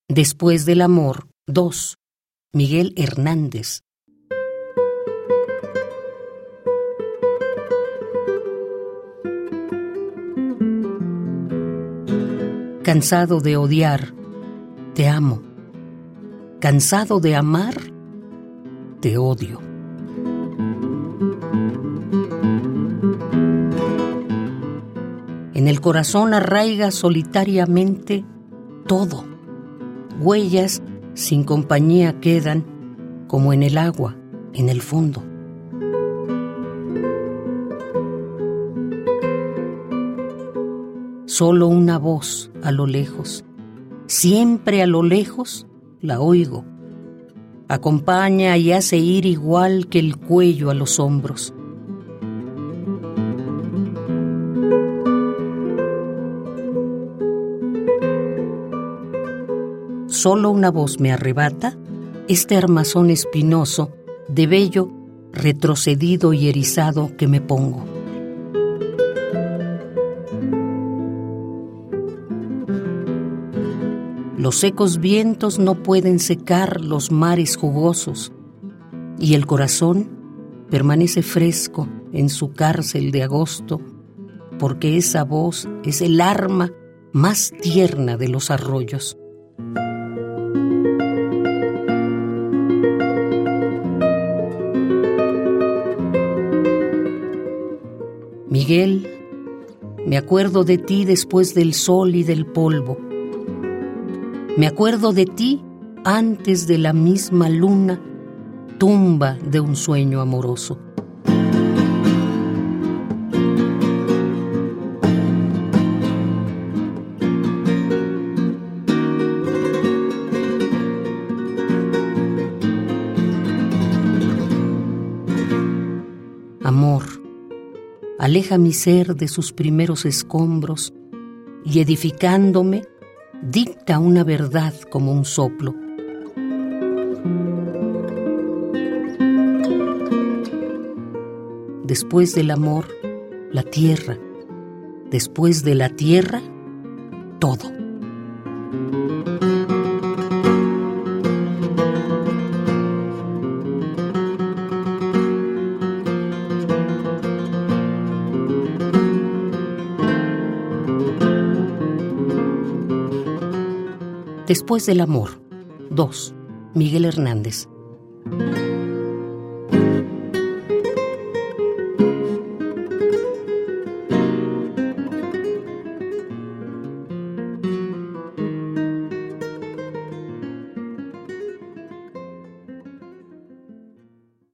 Después del amor, 2. Miguel Hernández. Cansado de odiar, te amo. Cansado de amar, te odio. En el corazón arraiga solitariamente todo. Huellas sin compañía quedan, como en el agua, en el fondo. Solo una voz a lo lejos, siempre a lo lejos la oigo. Acompaña y hace ir igual que el cuello a los hombros. Solo una voz me arrebata este armazón espinoso de vello retrocedido y erizado que me pongo. Los secos vientos no pueden secar los mares jugosos y el corazón permanece fresco en su cárcel de agosto porque esa voz es el arma más tierna de los arroyos. Miguel, me acuerdo de ti después del sol y del polvo. Me acuerdo de ti antes de la misma luna, tumba de un sueño amoroso. Amor, aleja mi ser de sus primeros escombros y edificándome, dicta una verdad como un soplo. Después del amor, la tierra. Después de la tierra, todo. Después del amor, 2. Miguel Hernández.